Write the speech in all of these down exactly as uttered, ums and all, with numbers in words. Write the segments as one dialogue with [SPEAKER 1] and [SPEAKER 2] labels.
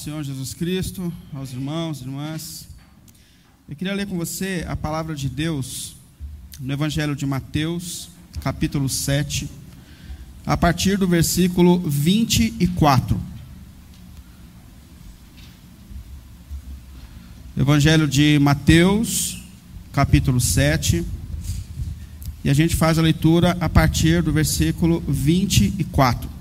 [SPEAKER 1] Senhor Jesus Cristo, aos irmãos e irmãs. Eu queria ler com você a palavra de Deus no Evangelho de Mateus, capítulo sete, a partir do versículo vinte e quatro. Evangelho de Mateus, capítulo sete, e a gente faz a leitura a partir do versículo vinte e quatro.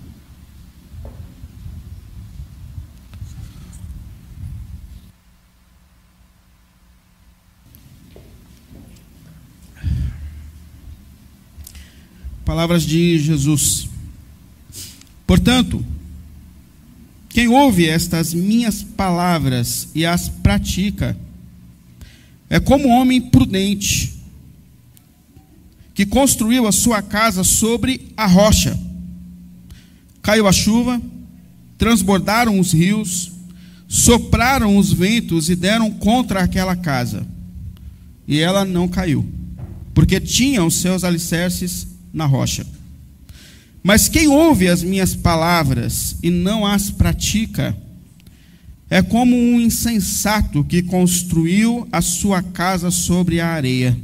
[SPEAKER 1] Palavras de Jesus. Portanto, quem ouve estas minhas palavras e as pratica, é como um homem prudente, que construiu a sua casa sobre a rocha. Caiu a chuva, transbordaram os rios, sopraram os ventos e deram contra aquela casa. E ela não caiu, porque tinha os seus alicerces na rocha. Mas quem ouve as minhas palavras e não as pratica, é como um insensato que construiu a sua casa sobre a areia.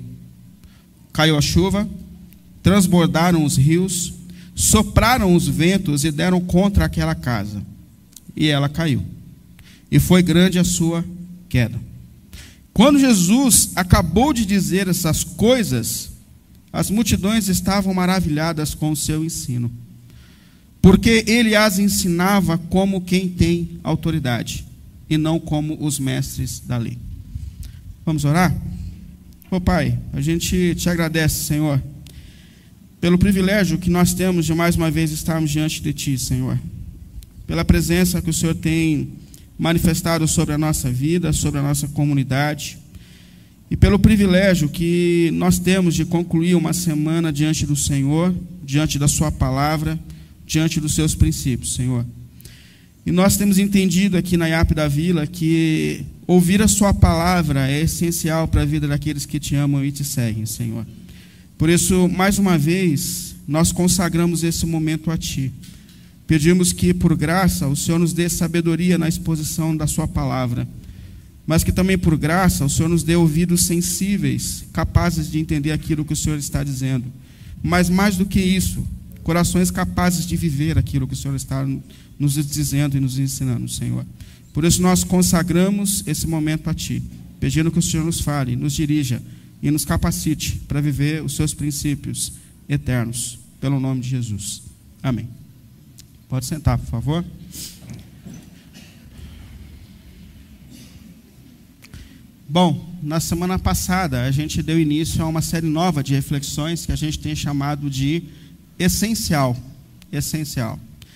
[SPEAKER 1] Caiu a chuva, transbordaram os rios, sopraram os ventos e deram contra aquela casa. E ela caiu. E foi grande a sua queda. Quando Jesus acabou de dizer essas coisas, as multidões estavam maravilhadas com o seu ensino, porque ele as ensinava como quem tem autoridade, e não como os mestres da lei. Vamos orar? Ô Pai, a gente te agradece, Senhor, pelo privilégio que nós temos de mais uma vez estarmos diante de Ti, Senhor, pela presença que o Senhor tem manifestado sobre a nossa vida, sobre a nossa comunidade, e pelo privilégio que nós temos de concluir uma semana diante do Senhor, diante da Sua palavra, diante dos Seus princípios, Senhor. E nós temos entendido aqui na I A P da Vila que ouvir a Sua palavra é essencial para a vida daqueles que Te amam e Te seguem, Senhor. Por isso, mais uma vez, nós consagramos esse momento a Ti. Pedimos que, por graça, o Senhor nos dê sabedoria na exposição da Sua palavra, mas que também, por graça, o Senhor nos dê ouvidos sensíveis, capazes de entender aquilo que o Senhor está dizendo. Mas, mais do que isso, corações capazes de viver aquilo que o Senhor está nos dizendo e nos ensinando, Senhor. Por isso, nós consagramos esse momento a Ti, pedindo que o Senhor nos fale, nos dirija e nos capacite para viver os Seus princípios eternos, pelo nome de Jesus. Amém. Pode sentar, por favor. Bom, na semana passada a gente deu início a uma série nova de reflexões que a gente tem chamado de Essencial. Essencial.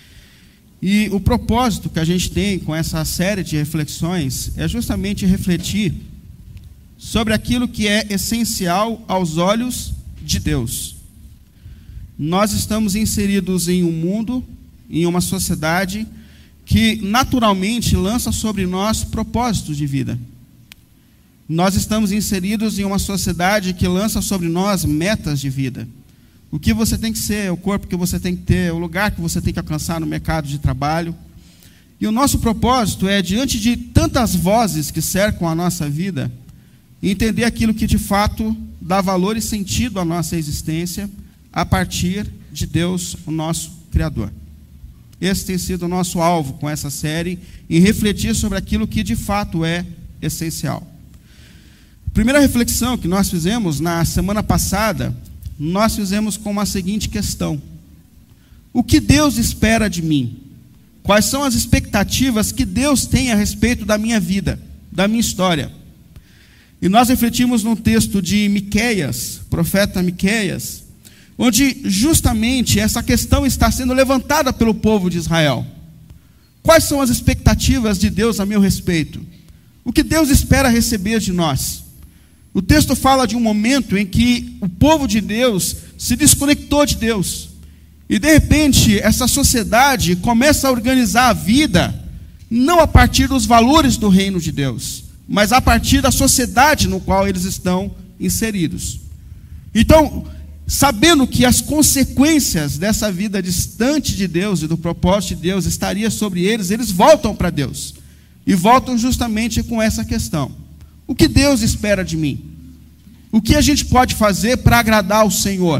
[SPEAKER 1] E o propósito que a gente tem com essa série de reflexões é justamente refletir sobre aquilo que é essencial aos olhos de Deus. Nós estamos inseridos em um mundo, em uma sociedade que naturalmente lança sobre nós propósitos de vida. Nós estamos inseridos em uma sociedade que lança sobre nós metas de vida. O que você tem que ser, o corpo que você tem que ter, o lugar que você tem que alcançar no mercado de trabalho. E o nosso propósito é, diante de tantas vozes que cercam a nossa vida, entender aquilo que de fato dá valor e sentido à nossa existência a partir de Deus, o nosso Criador. Esse tem sido o nosso alvo com essa série, em refletir sobre aquilo que de fato é essencial. Primeira reflexão que nós fizemos na semana passada, nós fizemos com uma seguinte questão: o que Deus espera de mim? Quais são as expectativas que Deus tem a respeito da minha vida, da minha história? E nós refletimos num texto de Miqueias, profeta Miqueias, onde justamente essa questão está sendo levantada pelo povo de Israel. Quais são as expectativas de Deus a meu respeito? O que Deus espera receber de nós? O texto fala de um momento em que o povo de Deus se desconectou de Deus. E de repente, essa sociedade começa a organizar a vida, não a partir dos valores do reino de Deus, mas a partir da sociedade no qual eles estão inseridos. Então, sabendo que as consequências dessa vida distante de Deus e do propósito de Deus estaria sobre eles, eles voltam para Deus. e voltam justamente com essa questão: o que Deus espera de mim? O que a gente pode fazer para agradar ao Senhor?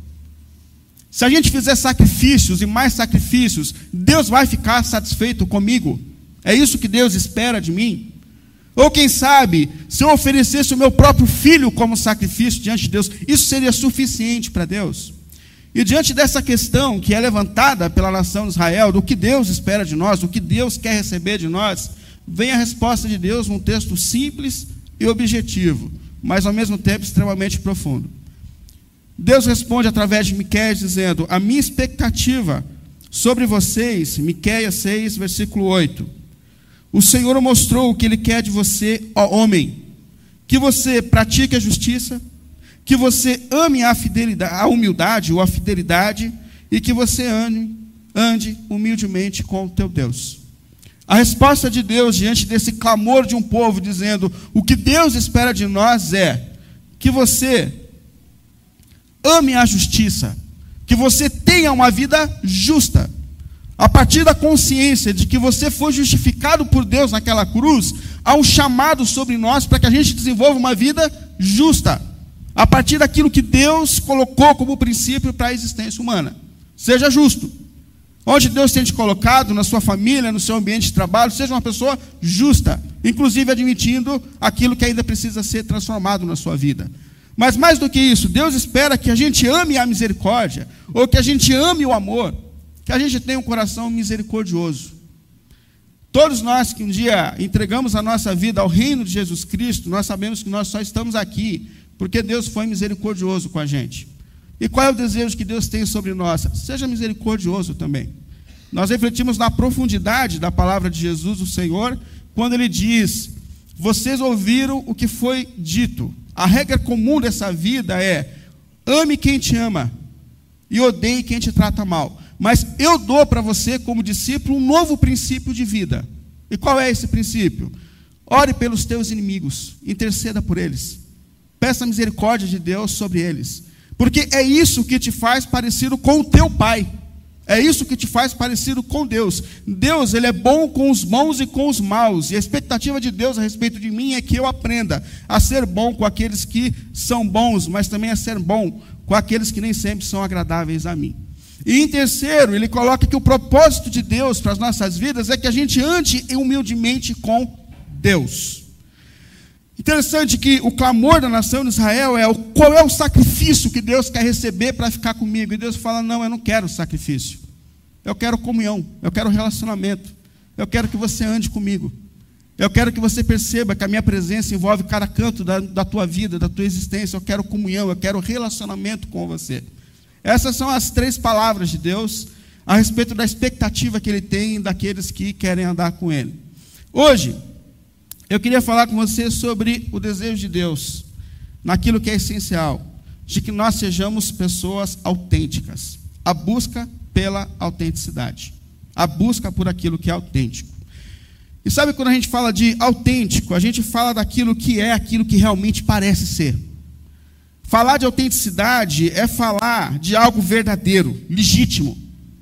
[SPEAKER 1] Se a gente fizer sacrifícios e mais sacrifícios, Deus vai ficar satisfeito comigo? É isso que Deus espera de mim? Ou quem sabe, se eu oferecesse o meu próprio filho como sacrifício diante de Deus, isso seria suficiente para Deus? E diante dessa questão que é levantada pela nação de Israel, do que Deus espera de nós, do que Deus quer receber de nós, vem a resposta de Deus num texto simples e objetivo, mas ao mesmo tempo extremamente profundo. Deus responde através de Miqueias dizendo: a minha expectativa sobre vocês, Miqueias seis, versículo oito. O Senhor mostrou o que Ele quer de você, ó homem, que você pratique a justiça, que você ame a fidelidade, a humildade ou a fidelidade, e que você ande, ande humildemente com o teu Deus. A resposta de Deus diante desse clamor de um povo dizendo o que Deus espera de nós é que você ame a justiça, que você tenha uma vida justa. A partir da consciência de que você foi justificado por Deus naquela cruz, há um chamado sobre nós para que a gente desenvolva uma vida justa, a partir daquilo que Deus colocou como princípio para a existência humana. Seja justo. Onde Deus tem te colocado, na sua família, no seu ambiente de trabalho, seja uma pessoa justa, inclusive admitindo aquilo que ainda precisa ser transformado na sua vida. Mas mais do que isso, Deus espera que a gente ame a misericórdia, ou que a gente ame o amor, que a gente tenha um coração misericordioso. Todos nós que um dia entregamos a nossa vida ao reino de Jesus Cristo, nós sabemos que nós só estamos aqui porque Deus foi misericordioso com a gente. E qual é o desejo que Deus tem sobre nós? Seja misericordioso também. Nós refletimos na profundidade da palavra de Jesus, o Senhor, quando Ele diz: vocês ouviram o que foi dito. A regra comum dessa vida é: ame quem te ama e odeie quem te trata mal. Mas eu dou para você, como discípulo, um novo princípio de vida. E qual é esse princípio? Ore pelos teus inimigos, interceda por eles, peça a misericórdia de Deus sobre eles, porque é isso que te faz parecido com o teu Pai. É isso que te faz parecido com Deus. Deus, Ele é bom com os bons e com os maus. E a expectativa de Deus a respeito de mim é que eu aprenda a ser bom com aqueles que são bons, mas também a ser bom com aqueles que nem sempre são agradáveis a mim. E em terceiro, Ele coloca que o propósito de Deus para as nossas vidas é que a gente ande humildemente com Deus. Interessante que o clamor da nação de Israel é o, qual é o sacrifício que Deus quer receber para ficar comigo. E Deus fala: não, eu não quero sacrifício. Eu quero comunhão, eu quero relacionamento. Eu quero que você ande comigo. Eu quero que você perceba que a minha presença envolve cada canto da, da tua vida, da tua existência. Eu quero comunhão, eu quero relacionamento com você. Essas são as três palavras de Deus a respeito da expectativa que Ele tem daqueles que querem andar com Ele. Hoje, eu queria falar com você sobre o desejo de Deus, naquilo que é essencial, de que nós sejamos pessoas autênticas. A busca pela autenticidade. A busca por aquilo que é autêntico. E sabe quando a gente fala de autêntico, a gente fala daquilo que é aquilo que realmente parece ser. Falar de autenticidade é falar de algo verdadeiro, legítimo.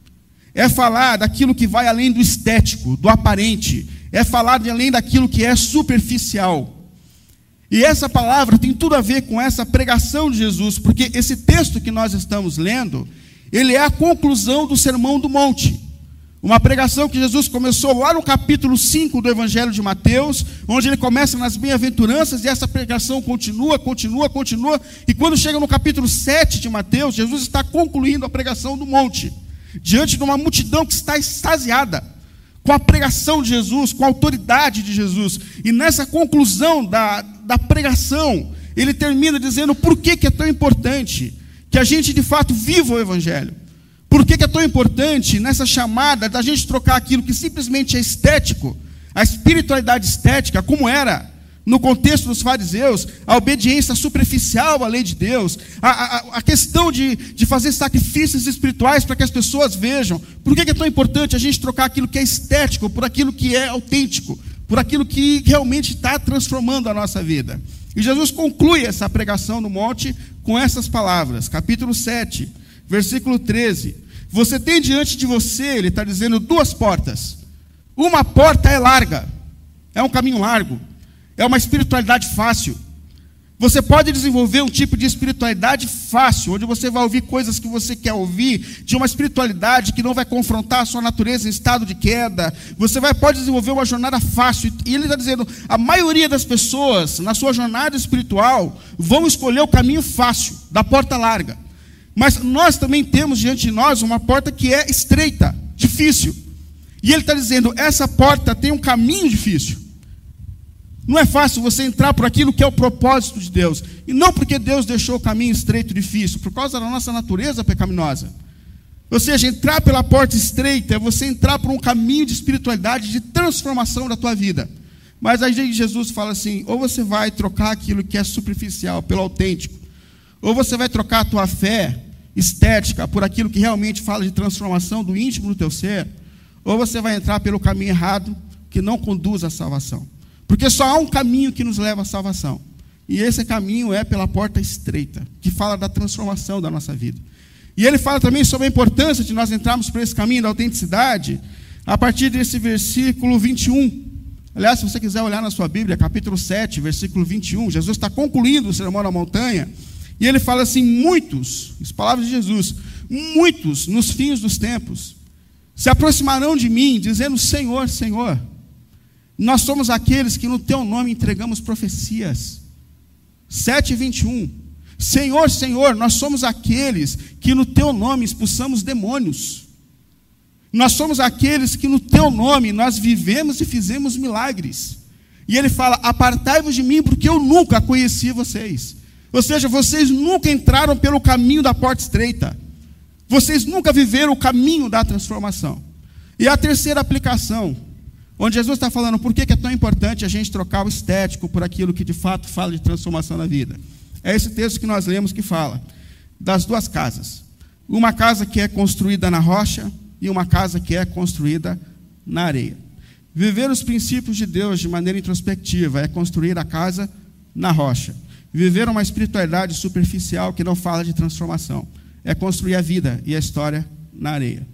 [SPEAKER 1] É falar daquilo que vai além do estético, do aparente. É falar de além daquilo que é superficial. E essa palavra tem tudo a ver com essa pregação de Jesus, porque esse texto que nós estamos lendo, ele é a conclusão do Sermão do Monte. Uma pregação que Jesus começou lá no capítulo cinco do Evangelho de Mateus, onde ele começa nas bem-aventuranças, e essa pregação continua, continua, continua, e quando chega no capítulo sete de Mateus, Jesus está concluindo a pregação do monte, diante de uma multidão que está extasiada com a pregação de Jesus, com a autoridade de Jesus. E nessa conclusão da, da pregação, ele termina dizendo por que, que é tão importante que a gente de fato viva o Evangelho. Por que, que é tão importante nessa chamada da gente trocar aquilo que simplesmente é estético, a espiritualidade estética, como era no contexto dos fariseus, a obediência superficial à lei de Deus, a, a, a questão de, de fazer sacrifícios espirituais para que as pessoas vejam. Por que, que é tão importante a gente trocar aquilo que é estético por aquilo que é autêntico, por aquilo que realmente está transformando a nossa vida? E Jesus conclui essa pregação no monte com essas palavras, capítulo sete, versículo treze. Você tem diante de você, ele está dizendo, duas portas. Uma porta é larga é um caminho largo, é uma espiritualidade fácil. Você pode desenvolver um tipo de espiritualidade fácil, onde você vai ouvir coisas que você quer ouvir, de uma espiritualidade que não vai confrontar a sua natureza em estado de queda. Você vai, pode desenvolver uma jornada fácil. E ele está dizendo, a maioria das pessoas, na sua jornada espiritual, vão escolher o caminho fácil, da porta larga. Mas nós também temos diante de nós uma porta que é estreita, difícil. E ele está dizendo, essa porta tem um caminho difícil. Não é fácil você entrar por aquilo que é o propósito de Deus. E não porque Deus deixou o caminho estreito e difícil, por causa da nossa natureza pecaminosa. Ou seja, entrar pela porta estreita é você entrar por um caminho de espiritualidade, de transformação da tua vida. Mas aí Jesus fala assim, ou você vai trocar aquilo que é superficial pelo autêntico, ou você vai trocar a tua fé estética por aquilo que realmente fala de transformação do íntimo do teu ser, ou você vai entrar pelo caminho errado, que não conduz à salvação. Porque só há um caminho que nos leva à salvação. E esse caminho é pela porta estreita, que fala da transformação da nossa vida. E ele fala também sobre a importância de nós entrarmos por esse caminho da autenticidade, a partir desse versículo vinte e um. Aliás, se você quiser olhar na sua Bíblia, capítulo sete, versículo vinte e um, Jesus está concluindo o sermão na montanha, e ele fala assim, muitos, as palavras de Jesus, muitos nos fins dos tempos, se aproximarão de mim, dizendo, Senhor, Senhor, nós somos aqueles que no teu nome entregamos profecias. sete, vinte e um. Senhor, Senhor, nós somos aqueles que no teu nome expulsamos demônios. Nós somos aqueles que no teu nome nós vivemos e fizemos milagres. E ele fala, apartai-vos de mim, porque eu nunca conheci vocês. Ou seja, vocês nunca entraram pelo caminho da porta estreita. Vocês nunca viveram o caminho da transformação. E a terceira aplicação, onde Jesus está falando por que é tão importante a gente trocar o estético por aquilo que de fato fala de transformação na vida. É esse texto que nós lemos que fala das duas casas. Uma casa que é construída na rocha e uma casa que é construída na areia. Viver os princípios de Deus de maneira introspectiva é construir a casa na rocha. Viver uma espiritualidade superficial que não fala de transformação é construir a vida e a história na areia.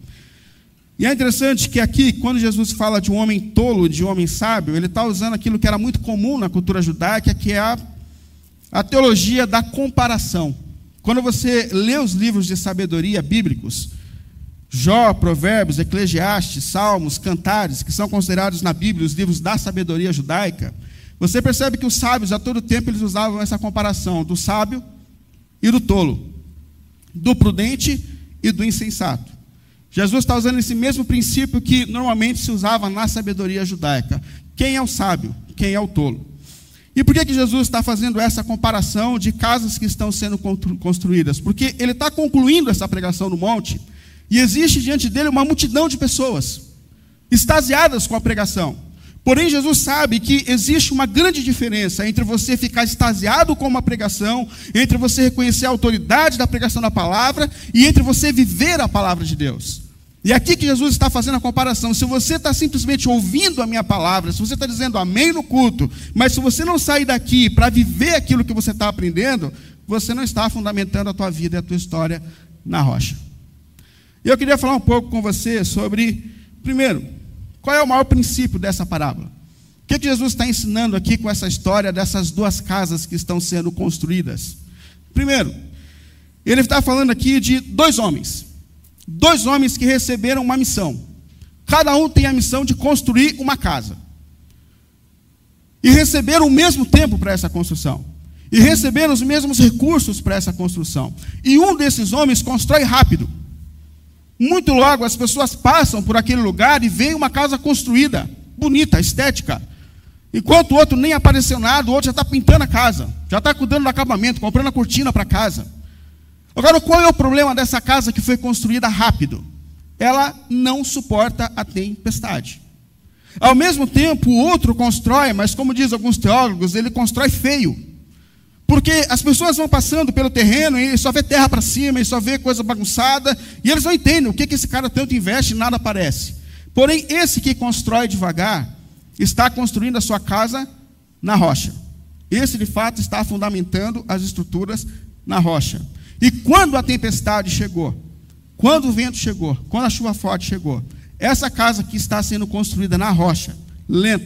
[SPEAKER 1] E é interessante que aqui, quando Jesus fala de um homem tolo, de um homem sábio, ele está usando aquilo que era muito comum na cultura judaica, que é a, a teologia da comparação. Quando você lê os livros de sabedoria bíblicos, Jó, Provérbios, Eclesiastes, Salmos, Cantares, que são considerados na Bíblia os livros da sabedoria judaica, você percebe que os sábios, a todo tempo, eles usavam essa comparação do sábio e do tolo, do prudente e do insensato. Jesus está usando esse mesmo princípio que normalmente se usava na sabedoria judaica. Quem é o sábio? Quem é o tolo? E por que que Jesus está fazendo essa comparação de casas que estão sendo construídas? Porque ele está concluindo essa pregação no monte e existe diante dele uma multidão de pessoas extasiadas com a pregação. Porém, Jesus sabe que existe uma grande diferença entre você ficar extasiado com uma pregação, entre você reconhecer a autoridade da pregação da palavra e entre você viver a palavra de Deus. E aqui que Jesus está fazendo a comparação. Se você está simplesmente ouvindo a minha palavra, se você está dizendo amém no culto, mas se você não sair daqui para viver aquilo que você está aprendendo, você não está fundamentando a tua vida e a tua história na rocha. E eu queria falar um pouco com você sobre, primeiro, qual é o maior princípio dessa parábola? O que, que Jesus está ensinando aqui com essa história dessas duas casas que estão sendo construídas? Primeiro, ele está falando aqui de dois homens. Dois homens que receberam uma missão. Cada um tem a missão de construir uma casa. E receberam o mesmo tempo para essa construção. E receberam os mesmos recursos para essa construção. E um desses homens constrói rápido. Muito logo as pessoas passam por aquele lugar e veem uma casa construída, bonita, estética. Enquanto o outro nem apareceu nada, o outro já está pintando a casa, já está cuidando do acabamento, comprando a cortina para a casa. Agora, qual é o problema dessa casa que foi construída rápido? Ela não suporta a tempestade. Ao mesmo tempo, o outro constrói, mas como diz alguns teólogos, ele constrói feio. Porque as pessoas vão passando pelo terreno e só vê terra para cima, e só vê coisa bagunçada, e eles não entendem o que, que esse cara tanto investe e nada aparece. Porém, esse que constrói devagar, está construindo a sua casa na rocha. Esse, de fato, está fundamentando as estruturas na rocha. E quando a tempestade chegou, quando o vento chegou, quando a chuva forte chegou, essa casa que está sendo construída na rocha, lenta,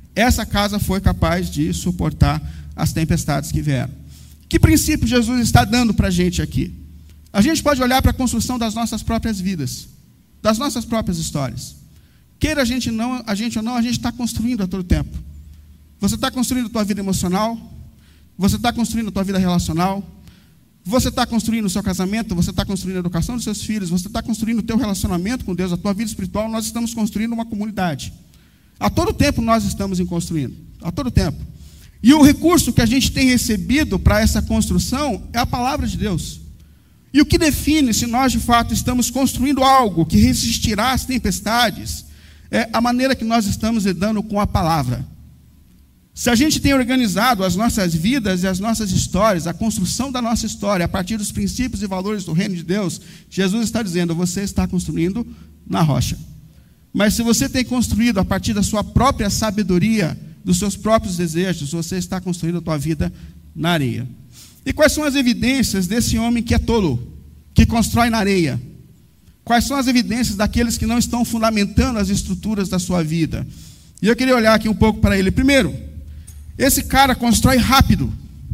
[SPEAKER 1] essa casa foi capaz de suportar as tempestades que vieram. Que princípio Jesus está dando para a gente aqui? A gente pode olhar para a construção das nossas próprias vidas, das nossas próprias histórias. Queira a gente, não, a gente ou não, a gente está construindo a todo tempo. Você está construindo a tua vida emocional, você está construindo a tua vida relacional, você está construindo o seu casamento, você está construindo a educação dos seus filhos, você está construindo o teu relacionamento com Deus, a tua vida espiritual. Nós estamos construindo uma comunidade. A todo tempo nós estamos em construindo, a todo tempo. E o recurso que a gente tem recebido para essa construção é a palavra de Deus. E o que define se nós de fato estamos construindo algo que resistirá às tempestades é a maneira que nós estamos lidando com a palavra. Se a gente tem organizado as nossas vidas e as nossas histórias, a construção da nossa história a partir dos princípios e valores do reino de Deus, Jesus está dizendo, você está construindo na rocha. Mas se você tem construído a partir da sua própria sabedoria, dos seus próprios desejos, você está construindo a tua vida na areia. E quais são as evidências desse homem que é tolo, que constrói na areia? Quais são as evidências daqueles que não estão fundamentando as estruturas da sua vida? E eu queria olhar aqui um pouco para ele. Primeiro, esse cara constrói rápido.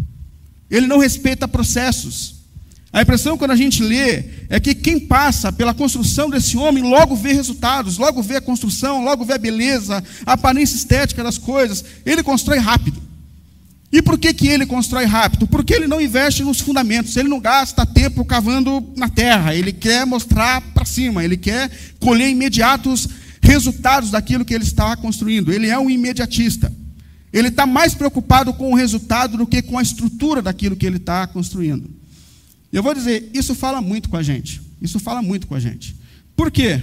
[SPEAKER 1] Ele não respeita processos. A impressão quando a gente lê é que quem passa pela construção desse homem logo vê resultados, logo vê a construção, logo vê a beleza, a aparência estética das coisas. Ele constrói rápido. E por que que ele constrói rápido? Porque ele não investe nos fundamentos, ele não gasta tempo cavando na terra, ele quer mostrar para cima, ele quer colher imediatos resultados daquilo que ele está construindo. Ele é um imediatista. Ele está mais preocupado com o resultado do que com a estrutura daquilo que ele está construindo. Eu vou dizer, isso fala muito com a gente. Isso fala muito com a gente. Por quê?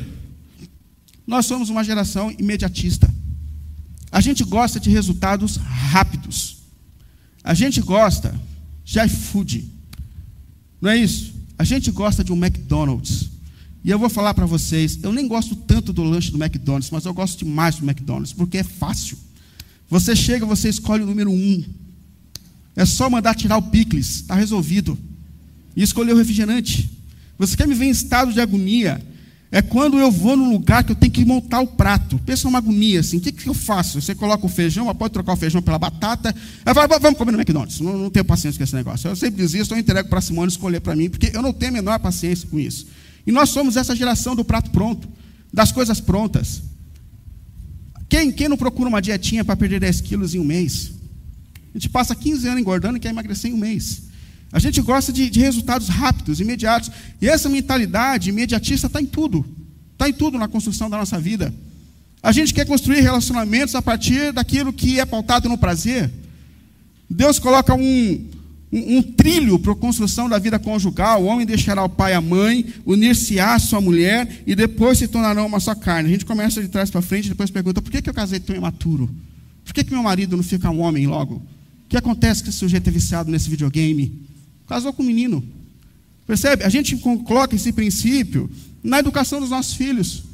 [SPEAKER 1] Nós somos uma geração imediatista. A gente gosta de resultados rápidos. A gente gosta de iFood. Não é isso? A gente gosta de um McDonald's. E eu vou falar para vocês, eu nem gosto tanto do lanche do McDonald's, mas eu gosto demais do McDonald's, porque é fácil. Você chega, você escolhe o número um. É só mandar tirar o picles, está resolvido. E escolher o refrigerante. Você quer me ver em estado de agonia? É quando eu vou num lugar que eu tenho que montar o prato. Pensa uma agonia assim, o que, que eu faço? Você coloca o feijão, pode trocar o feijão pela batata. Eu falo, vamos comer no McDonald's. Não, não tenho paciência com esse negócio. Eu sempre desisto, eu entrego para a Simone escolher para mim, porque eu não tenho a menor paciência com isso. E nós somos essa geração do prato pronto, das coisas prontas. Quem, quem não procura uma dietinha para perder dez quilos em um mês? A gente passa quinze anos engordando e quer emagrecer em um mês. A gente gosta de, de resultados rápidos, imediatos. E essa mentalidade imediatista está em tudo. Está em tudo na construção da nossa vida. A gente quer construir relacionamentos a partir daquilo que é pautado no prazer. Deus coloca um, um, um trilho para a construção da vida conjugal. O homem deixará o pai e a mãe, unir-se-á à sua mulher e depois se tornarão uma só carne. A gente começa de trás para frente e depois pergunta, por que, que eu casei tão imaturo? Por que, que meu marido não fica um homem logo? O que acontece que esse sujeito é viciado nesse videogame? Casou com um menino. Percebe? A gente coloca esse princípio na educação dos nossos filhos.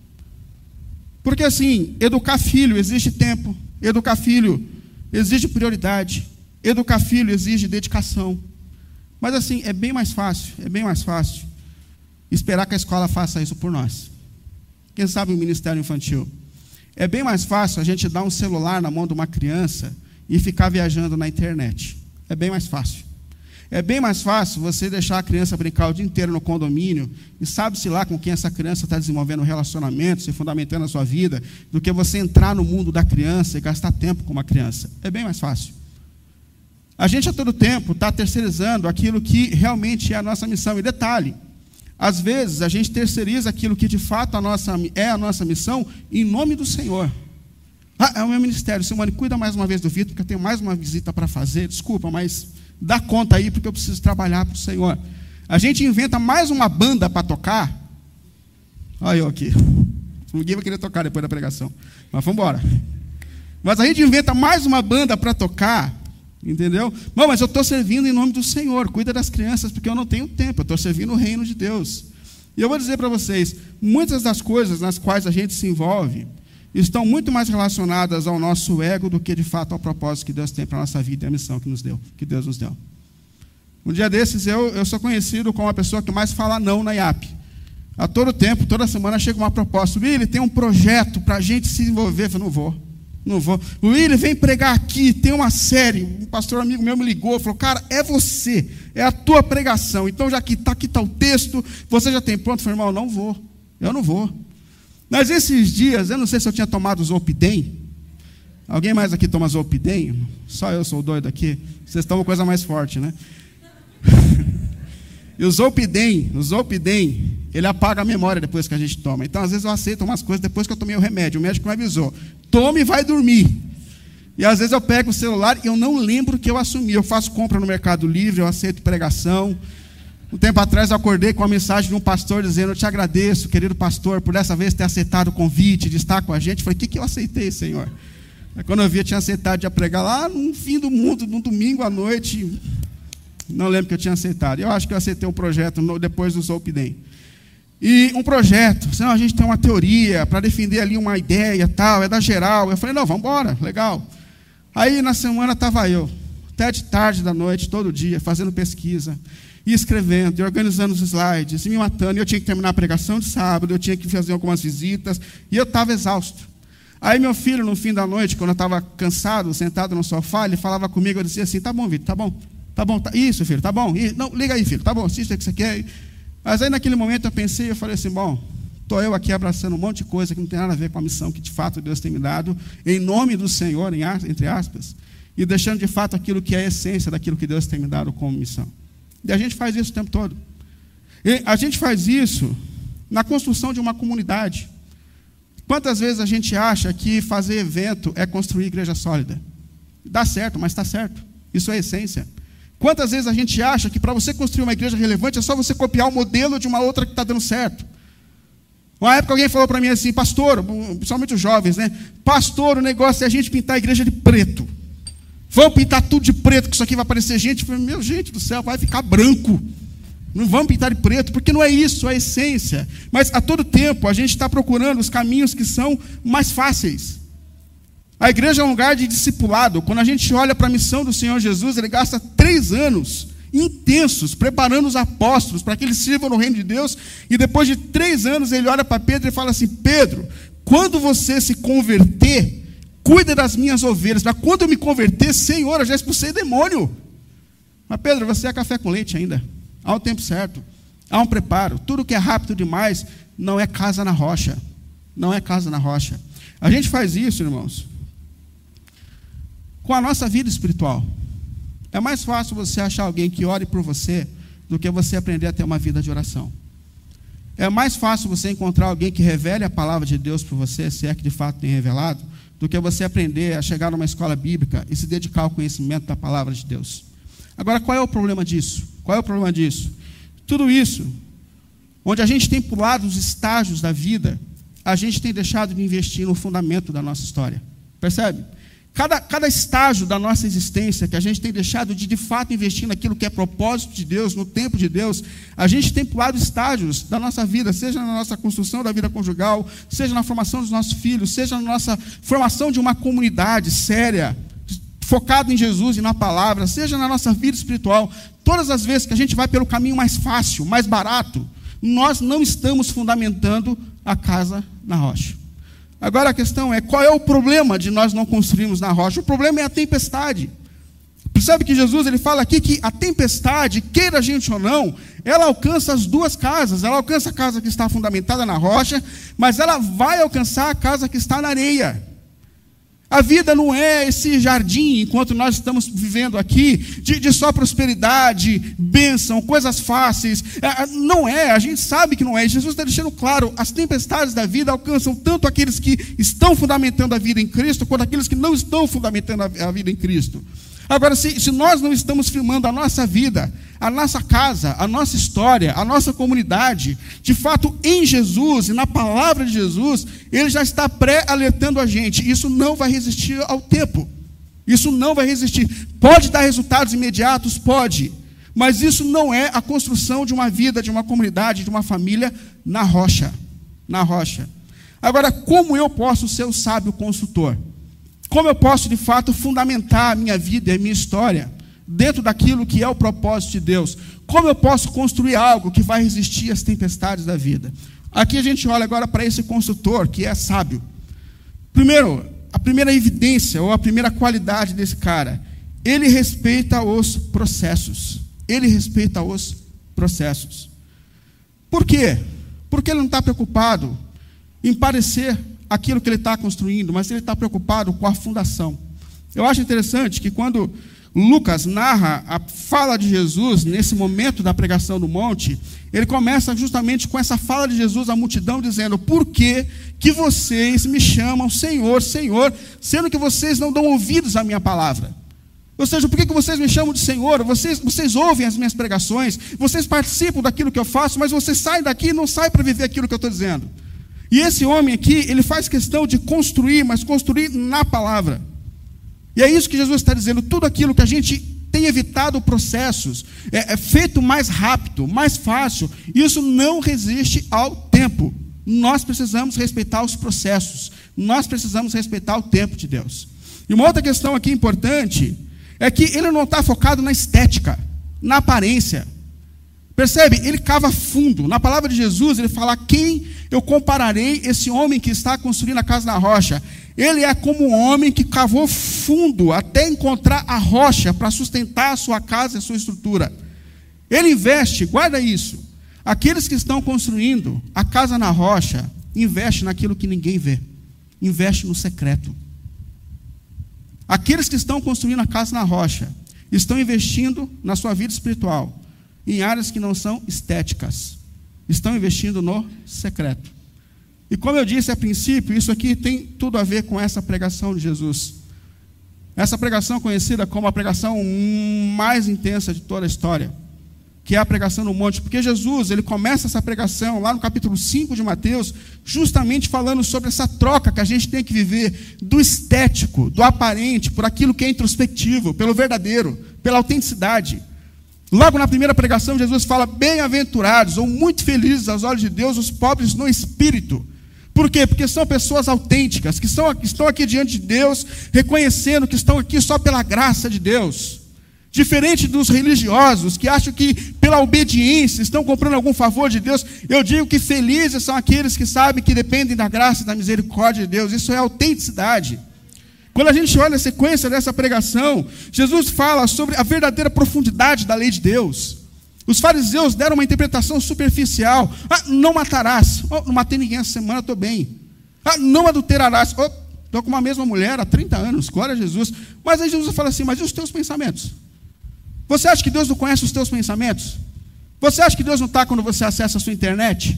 [SPEAKER 1] Porque assim, educar filho exige tempo, educar filho exige prioridade, educar filho exige dedicação. Mas assim, é bem mais fácil, é bem mais fácil esperar que a escola faça isso por nós. Quem sabe o Ministério Infantil. É bem mais fácil a gente dar um celular na mão de uma criança e ficar viajando na internet. É bem mais fácil. É bem mais fácil você deixar a criança brincar o dia inteiro no condomínio e sabe-se lá com quem essa criança está desenvolvendo um relacionamento, se fundamentando a sua vida, do que você entrar no mundo da criança e gastar tempo com uma criança. É bem mais fácil. A gente a todo tempo está terceirizando aquilo que realmente é a nossa missão. E detalhe, às vezes a gente terceiriza aquilo que de fato a nossa, é a nossa missão em nome do Senhor. Ah, é o meu ministério. Simone, cuida mais uma vez do Vitor, porque eu tenho mais uma visita para fazer. Desculpa, mas dá conta aí, porque eu preciso trabalhar para o Senhor. A gente inventa mais uma banda para tocar. Olha eu aqui. Ninguém vai querer tocar depois da pregação. Mas vamos embora. Mas a gente inventa mais uma banda para tocar. Entendeu? Não, mas eu estou servindo em nome do Senhor. Cuida das crianças, porque eu não tenho tempo. Eu estou servindo o reino de Deus. E eu vou dizer para vocês, muitas das coisas nas quais a gente se envolve estão muito mais relacionadas ao nosso ego do que, de fato, ao propósito que Deus tem para a nossa vida e a missão que nos deu, que Deus nos deu. Um dia desses, eu, eu sou conhecido como a pessoa que mais fala não na I A P. A todo tempo, toda semana, chega uma proposta. Billy, tem um projeto para a gente se envolver. Eu falo, não vou. Não vou. O William vem pregar aqui, tem uma série. Um pastor amigo meu me ligou, falou, cara, é você, é a tua pregação. Então, já que está aqui está o texto, você já tem pronto? Eu falei, irmão, eu não vou, eu não vou. Mas esses dias, eu não sei se eu tinha tomado Zolpidem. Alguém mais aqui toma Zolpidem? Só eu sou doido aqui. Vocês tomam coisa mais forte, né? E o Zolpidem, o Zolpidem, ele apaga a memória depois que a gente toma. Então, às vezes, eu aceito umas coisas depois que eu tomei o remédio. O médico me avisou. Tome e vai dormir. E, às vezes, eu pego o celular e eu não lembro que eu assumi. Eu faço compra no Mercado Livre, eu aceito pregação. Um tempo atrás, eu acordei com a mensagem de um pastor dizendo, eu te agradeço, querido pastor, por dessa vez ter aceitado o convite de estar com a gente. Eu falei, o que, que eu aceitei, Senhor? Aí, quando eu vi, eu tinha aceitado de pregar lá no fim do mundo, no domingo à noite. Não lembro que eu tinha aceitado. Eu acho que eu aceitei um projeto no, depois do Zolpidem. E um projeto, senão a gente tem uma teoria para defender ali uma ideia tal, é da geral. Eu falei, não, vamos embora, legal. Aí na semana estava eu, até de tarde da noite, todo dia, fazendo pesquisa, e escrevendo, e organizando os slides, e me matando. E eu tinha que terminar a pregação de sábado, eu tinha que fazer algumas visitas, e eu estava exausto. Aí meu filho, no fim da noite, quando eu estava cansado, sentado no sofá, ele falava comigo, eu dizia assim, tá bom, Vitor, tá bom. Tá bom, tá, isso, filho, tá bom. Isso, não, liga aí, filho, tá bom, assista o que você quer. Mas aí, naquele momento, eu pensei, eu falei assim, bom, estou eu aqui abraçando um monte de coisa que não tem nada a ver com a missão que, de fato, Deus tem me dado, em nome do Senhor, em, entre aspas, e deixando, de fato, aquilo que é a essência daquilo que Deus tem me dado como missão. E a gente faz isso o tempo todo. E a gente faz isso na construção de uma comunidade. Quantas vezes a gente acha que fazer evento é construir igreja sólida? Dá certo, mas está certo. Isso é a essência. Quantas vezes a gente acha que para você construir uma igreja relevante é só você copiar o modelo de uma outra que está dando certo? Uma época alguém falou para mim assim, pastor, principalmente os jovens, né? Pastor, o negócio é a gente pintar a igreja de preto. Vamos pintar tudo de preto, que isso aqui vai aparecer gente. Eu falei, meu, gente do céu, vai ficar branco. Não vamos pintar de preto, porque não é isso, é a essência. Mas a todo tempo a gente está procurando os caminhos que são mais fáceis. A igreja é um lugar de discipulado. Quando a gente olha para a missão do Senhor Jesus, ele gasta três anos intensos preparando os apóstolos para que eles sirvam no reino de Deus. E depois de três anos ele olha para Pedro e fala assim, Pedro, quando você se converter, cuida das minhas ovelhas. Mas quando eu me converter, Senhor, eu já expulsei demônio. Mas Pedro, você é café com leite ainda. Há um tempo certo, há um preparo. Tudo que é rápido demais não é casa na rocha. Não é casa na rocha. A gente faz isso, irmãos, com a nossa vida espiritual. É mais fácil você achar alguém que ore por você do que você aprender a ter uma vida de oração. É mais fácil você encontrar alguém que revele a palavra de Deus para você, se é que de fato tem revelado, do que você aprender a chegar numa escola bíblica e se dedicar ao conhecimento da palavra de Deus. Agora, qual é o problema disso? Qual é o problema disso? Tudo isso, onde a gente tem pulado os estágios da vida, a gente tem deixado de investir no fundamento da nossa história. Percebe? Cada, cada estágio da nossa existência que a gente tem deixado de, de fato, investir naquilo que é propósito de Deus, no tempo de Deus, a gente tem pulado estágios da nossa vida, seja na nossa construção da vida conjugal, seja na formação dos nossos filhos, seja na nossa formação de uma comunidade séria, focada em Jesus e na palavra, seja na nossa vida espiritual. Todas as vezes que a gente vai pelo caminho mais fácil, mais barato, nós não estamos fundamentando a casa na rocha. Agora a questão é, qual é o problema de nós não construirmos na rocha? O problema é a tempestade. Percebe que Jesus ele fala aqui que a tempestade, queira a gente ou não, ela alcança as duas casas. Ela alcança a casa que está fundamentada na rocha, mas ela vai alcançar a casa que está na areia. A vida não é esse jardim, enquanto nós estamos vivendo aqui, de, de só prosperidade, bênção, coisas fáceis. É, não é, a gente sabe que não é. Jesus está deixando claro, as tempestades da vida alcançam tanto aqueles que estão fundamentando a vida em Cristo, quanto aqueles que não estão fundamentando a, a vida em Cristo. Agora, se, se nós não estamos firmando a nossa vida, a nossa casa, a nossa história, a nossa comunidade, de fato em Jesus e na palavra de Jesus, ele já está pré-alertando a gente. Isso não vai resistir ao tempo. Isso não vai resistir. Pode dar resultados imediatos? Pode. Mas isso não é a construção de uma vida, de uma comunidade, de uma família na rocha. Na rocha. Agora, como eu posso ser o sábio consultor? Como eu posso, de fato, fundamentar a minha vida e a minha história dentro daquilo que é o propósito de Deus? Como eu posso construir algo que vai resistir às tempestades da vida? Aqui a gente olha agora para esse consultor que é sábio. Primeiro, a primeira evidência, ou a primeira qualidade desse cara, ele respeita os processos. Ele respeita os processos. Por quê? Porque ele não está preocupado em parecer aquilo que ele está construindo, mas ele está preocupado com a fundação. Eu acho interessante que quando Lucas narra a fala de Jesus nesse momento da pregação do monte, ele começa justamente com essa fala de Jesus à multidão, dizendo: por que que vocês me chamam Senhor, Senhor, sendo que vocês não dão ouvidos à minha palavra? Ou seja, por que que vocês me chamam de Senhor? Vocês, vocês ouvem as minhas pregações, vocês participam daquilo que eu faço, mas vocês saem daqui e não saem para viver aquilo que eu estou dizendo. E esse homem aqui, ele faz questão de construir, mas construir na palavra. E é isso que Jesus está dizendo. Tudo aquilo que a gente tem evitado processos, é, é feito mais rápido, mais fácil, isso não resiste ao tempo. Nós precisamos respeitar os processos, nós precisamos respeitar o tempo de Deus. E uma outra questão aqui importante é que ele não está focado na estética, na aparência. Percebe? Ele cava fundo. Na palavra de Jesus, ele fala: quem eu compararei esse homem que está construindo a casa na rocha? Ele é como um homem que cavou fundo até encontrar a rocha para sustentar a sua casa e a sua estrutura. Ele investe, guarda isso. Aqueles que estão construindo a casa na rocha, investe naquilo que ninguém vê. Investe no secreto. Aqueles que estão construindo a casa na rocha, estão investindo na sua vida espiritual, em áreas que não são estéticas. Estão investindo no secreto. E como eu disse a princípio, isso aqui tem tudo a ver com essa pregação de Jesus. Essa pregação conhecida como a pregação mais intensa de toda a história, que é a pregação no monte. Porque Jesus, ele começa essa pregação lá no capítulo cinco de Mateus, justamente falando sobre essa troca que a gente tem que viver do estético, do aparente, por aquilo que é introspectivo, pelo verdadeiro, pela autenticidade. Logo na primeira pregação, Jesus fala: bem-aventurados ou muito felizes aos olhos de Deus os pobres no espírito. Por quê? Porque são pessoas autênticas, que estão, que estão aqui diante de Deus, reconhecendo que estão aqui só pela graça de Deus. Diferente dos religiosos, que acham que pela obediência estão comprando algum favor de Deus, eu digo que felizes são aqueles que sabem que dependem da graça e da misericórdia de Deus. Isso é autenticidade. Quando a gente olha a sequência dessa pregação, Jesus fala sobre a verdadeira profundidade da lei de Deus. Os fariseus deram uma interpretação superficial. Ah, não matarás. Oh, não matei ninguém essa semana, estou bem. Ah, não adulterarás. Oh, estou com uma mesma mulher há trinta anos, glória a Jesus. Mas aí Jesus fala assim: mas e os teus pensamentos? Você acha que Deus não conhece os teus pensamentos? Você acha que Deus não está quando você acessa a sua internet?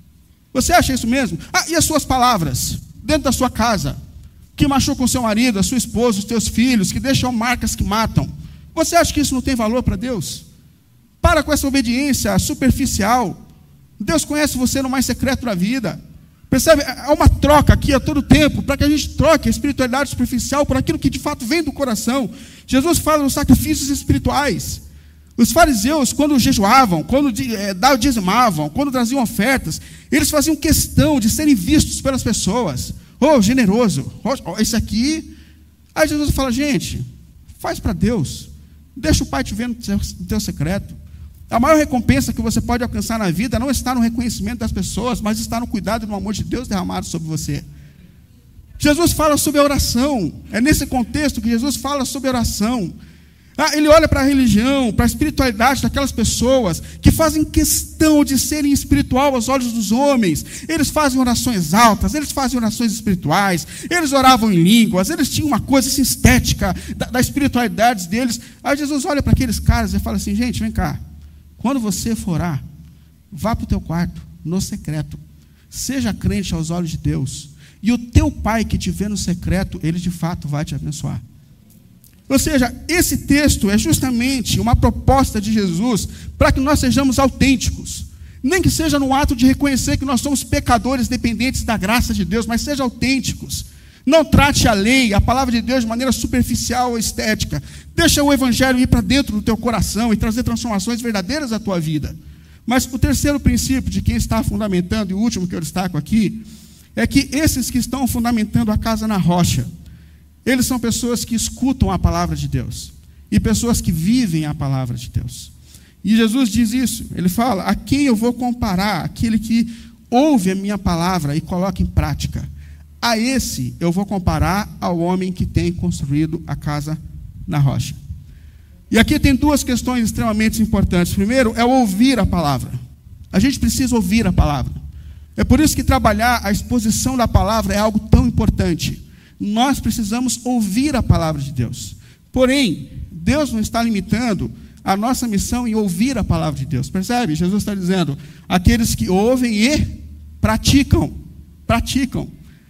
[SPEAKER 1] Você acha isso mesmo? Ah, e as suas palavras? Dentro da sua casa, que machucam o seu marido, a sua esposa, os teus filhos, que deixam marcas que matam. Você acha que isso não tem valor para Deus? Para com essa obediência superficial. Deus conhece você no mais secreto da vida. Percebe? Há uma troca aqui a todo tempo, para que a gente troque a espiritualidade superficial por aquilo que de fato vem do coração. Jesus fala dos sacrifícios espirituais. Os fariseus, quando jejuavam, quando dizimavam, quando traziam ofertas, eles faziam questão de serem vistos pelas pessoas. Oh, generoso, oh, esse aqui. Aí Jesus fala: gente, faz para Deus, deixa o Pai te ver no teu, no teu secreto. A maior recompensa que você pode alcançar na vida não está no reconhecimento das pessoas, mas está no cuidado e no amor de Deus derramado sobre você. Jesus fala sobre a oração. É nesse contexto que Jesus fala sobre a oração. Ah, ele olha para a religião, para a espiritualidade daquelas pessoas que fazem questão de serem espiritual aos olhos dos homens. Eles fazem orações altas, eles fazem orações espirituais, eles oravam em línguas, eles tinham uma coisa assim, estética da, da espiritualidade deles. Aí Jesus olha para aqueles caras e fala assim: gente, vem cá, quando você for orar, vá para o teu quarto, no secreto, seja crente aos olhos de Deus, e o teu Pai que te vê no secreto, ele de fato vai te abençoar. Ou seja, esse texto é justamente uma proposta de Jesus para que nós sejamos autênticos. Nem que seja no ato de reconhecer que nós somos pecadores dependentes da graça de Deus, mas seja autênticos. Não trate a lei, a palavra de Deus de maneira superficial ou estética. Deixa o evangelho ir para dentro do teu coração e trazer transformações verdadeiras à tua vida. Mas o terceiro princípio de quem está fundamentando, e o último que eu destaco aqui, é que esses que estão fundamentando a casa na rocha, eles são pessoas que escutam a palavra de Deus e pessoas que vivem a palavra de Deus. E Jesus diz isso, ele fala: a quem eu vou comparar? Aquele que ouve a minha palavra e coloca em prática. A esse eu vou comparar ao homem que tem construído a casa na rocha. E aqui tem duas questões extremamente importantes. Primeiro, é ouvir a palavra. A gente precisa ouvir a palavra. É por isso que trabalhar a exposição da palavra é algo tão importante. Nós precisamos ouvir a palavra de Deus. Porém, Deus não está limitando a nossa missão em ouvir a palavra de Deus. Percebe? Jesus está dizendo, aqueles que ouvem e praticam. Praticam.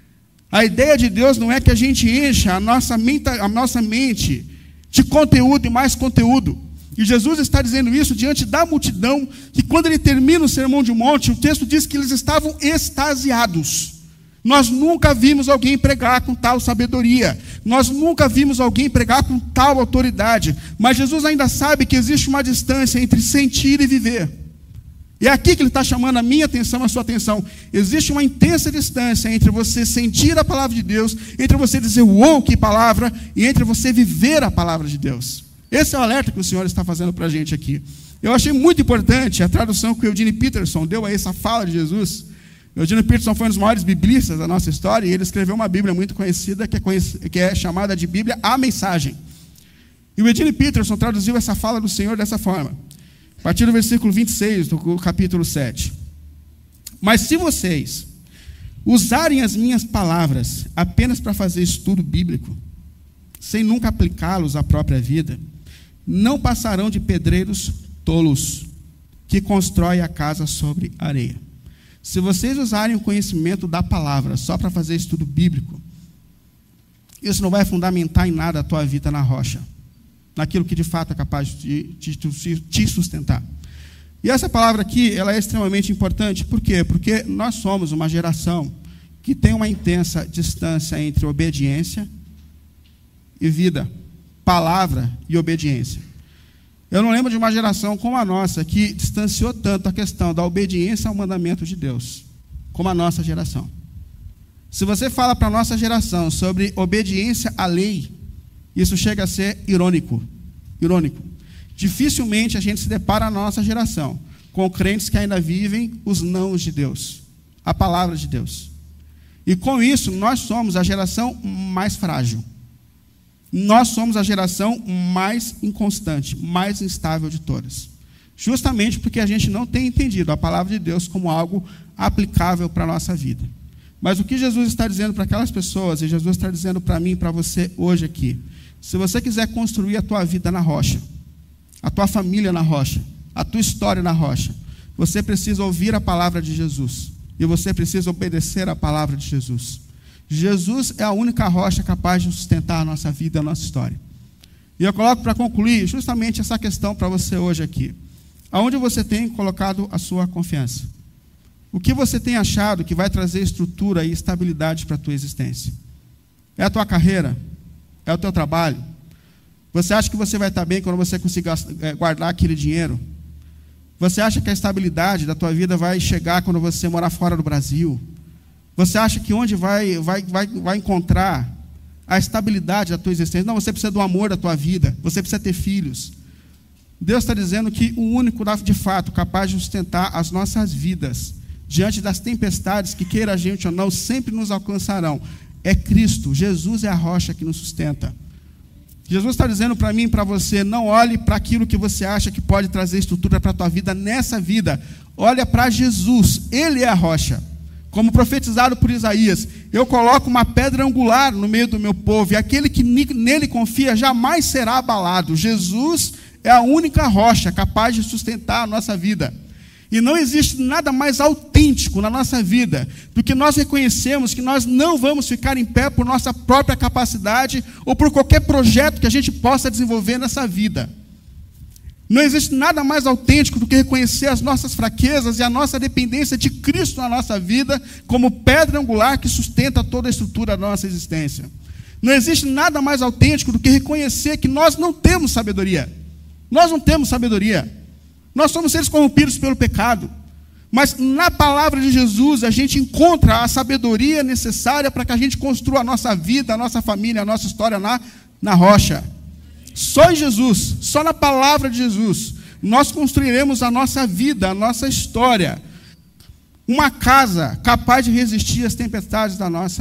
[SPEAKER 1] A ideia de Deus não é que a gente encha a nossa mente, a nossa mente de conteúdo e mais conteúdo. E Jesus está dizendo isso diante da multidão, que quando ele termina o Sermão do Monte, o texto diz que eles estavam extasiados. Nós nunca vimos alguém pregar com tal sabedoria. Nós nunca vimos alguém pregar com tal autoridade. Mas Jesus ainda sabe que existe uma distância entre sentir e viver. E é aqui que ele está chamando a minha atenção, a sua atenção. Existe uma intensa distância entre você sentir a palavra de Deus, entre você dizer, uou, que palavra, e entre você viver a palavra de Deus. Esse é o alerta que o Senhor está fazendo para a gente aqui. Eu achei muito importante a tradução que o Eugene Peterson deu a essa fala de Jesus. O Eugene Peterson foi um dos maiores biblistas da nossa história, e ele escreveu uma Bíblia muito conhecida, que é, conhec- que é chamada de Bíblia A Mensagem. E o Eugene Peterson traduziu essa fala do Senhor dessa forma. A partir do versículo vinte e seis do capítulo sete. Mas se vocês usarem as minhas palavras apenas para fazer estudo bíblico, sem nunca aplicá-los à própria vida, não passarão de pedreiros tolos, que constroem a casa sobre areia. Se vocês usarem o conhecimento da palavra só para fazer estudo bíblico, isso não vai fundamentar em nada a tua vida na rocha, naquilo que de fato é capaz de te sustentar. E essa palavra aqui, ela é extremamente importante. Por quê? Porque nós somos uma geração que tem uma intensa distância entre obediência e vida, palavra e obediência. Eu não lembro de uma geração como a nossa que distanciou tanto a questão da obediência ao mandamento de Deus, como a nossa geração. Se você fala para a nossa geração sobre obediência à lei, isso chega a ser irônico. Irônico. Dificilmente a gente se depara na nossa geração com crentes que ainda vivem os nãos de Deus, a palavra de Deus. E com isso, nós somos a geração mais frágil. Nós somos a geração mais inconstante, mais instável de todas. Justamente porque a gente não tem entendido a palavra de Deus como algo aplicável para a nossa vida. Mas o que Jesus está dizendo para aquelas pessoas, e Jesus está dizendo para mim e para você hoje aqui, se você quiser construir a tua vida na rocha, a tua família na rocha, a tua história na rocha, você precisa ouvir a palavra de Jesus. E você precisa obedecer a palavra de Jesus. Jesus é a única rocha capaz de sustentar a nossa vida, a nossa história. E eu coloco para concluir justamente essa questão para você hoje aqui. Aonde você tem colocado a sua confiança? O que você tem achado que vai trazer estrutura e estabilidade para a tua existência? É a tua carreira? É o teu trabalho? Você acha que você vai estar bem quando você conseguir guardar aquele dinheiro? Você acha que a estabilidade da tua vida vai chegar quando você morar fora do Brasil? Você acha que onde vai, vai, vai, vai encontrar a estabilidade da tua existência? Não, você precisa do amor da tua vida. Você precisa ter filhos. Deus está dizendo que o único, de fato, capaz de sustentar as nossas vidas diante das tempestades que, queira a gente ou não, sempre nos alcançarão, é Cristo. Jesus é a rocha que nos sustenta. Jesus está dizendo para mim e para você, não olhe para aquilo que você acha que pode trazer estrutura para a tua vida nessa vida. Olha para Jesus, Ele é a rocha. Como profetizado por Isaías, eu coloco uma pedra angular no meio do meu povo, e aquele que nele confia jamais será abalado. Jesus é a única rocha capaz de sustentar a nossa vida. E não existe nada mais autêntico na nossa vida do que nós reconhecemos que nós não vamos ficar em pé por nossa própria capacidade ou por qualquer projeto que a gente possa desenvolver nessa vida. Não existe nada mais autêntico do que reconhecer as nossas fraquezas e a nossa dependência de Cristo na nossa vida como pedra angular que sustenta toda a estrutura da nossa existência. Não existe nada mais autêntico do que reconhecer que nós não temos sabedoria. Nós não temos sabedoria. Nós somos seres corrompidos pelo pecado. Mas na palavra de Jesus a gente encontra a sabedoria necessária para que a gente construa a nossa vida, a nossa família, a nossa história na, na rocha. Só em Jesus, só na palavra de Jesus, nós construiremos a nossa vida, a nossa história. Uma casa capaz de resistir às tempestades da nossa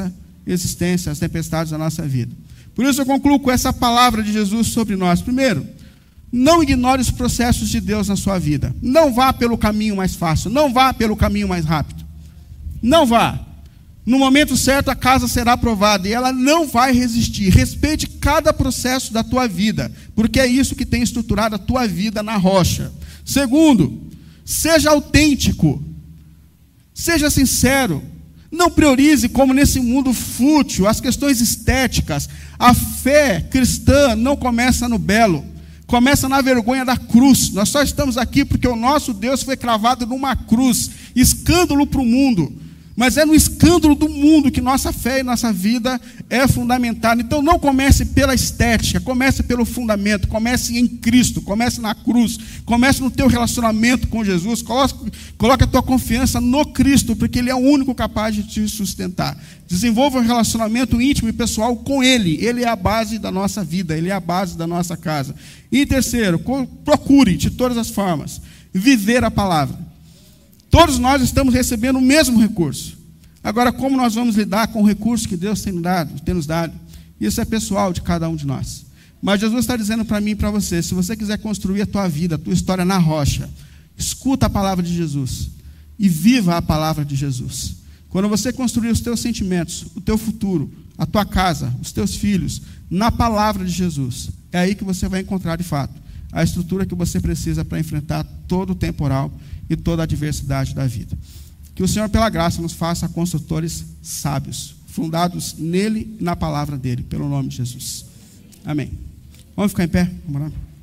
[SPEAKER 1] existência, as tempestades da nossa vida. Por isso eu concluo com essa palavra de Jesus sobre nós. Primeiro, não ignore os processos de Deus na sua vida. Não vá pelo caminho mais fácil, não vá pelo caminho mais rápido. Não vá. No momento certo a casa será aprovada e ela não vai resistir. Respeite cada processo da tua vida, porque é isso que tem estruturado a tua vida na rocha. Segundo, seja autêntico. Seja sincero. Não priorize, como nesse mundo fútil, as questões estéticas. A fé cristã não começa no belo, começa na vergonha da cruz. Nós só estamos aqui porque o nosso Deus foi cravado numa cruz, escândalo para o mundo. Mas é no escândalo do mundo que nossa fé e nossa vida é fundamentada. Então não comece pela estética, comece pelo fundamento, comece em Cristo, comece na cruz, comece no teu relacionamento com Jesus, coloque, coloque a tua confiança no Cristo, porque Ele é o único capaz de te sustentar. Desenvolva um relacionamento íntimo e pessoal com Ele. Ele é a base da nossa vida, Ele é a base da nossa casa. E terceiro, procure de todas as formas viver a palavra. Todos nós estamos recebendo o mesmo recurso. Agora, como nós vamos lidar com o recurso que Deus tem nos dado? Tem nos dado? Isso é pessoal de cada um de nós. Mas Jesus está dizendo para mim e para você, se você quiser construir a tua vida, a tua história na rocha, escuta a palavra de Jesus e viva a palavra de Jesus. Quando você construir os teus sentimentos, o teu futuro, a tua casa, os teus filhos, na palavra de Jesus, é aí que você vai encontrar de fato a estrutura que você precisa para enfrentar todo o temporal e toda a adversidade da vida. Que o Senhor, pela graça, nos faça construtores sábios, fundados nele e na palavra dele, pelo nome de Jesus. Amém. Vamos ficar em pé? Vamos orar.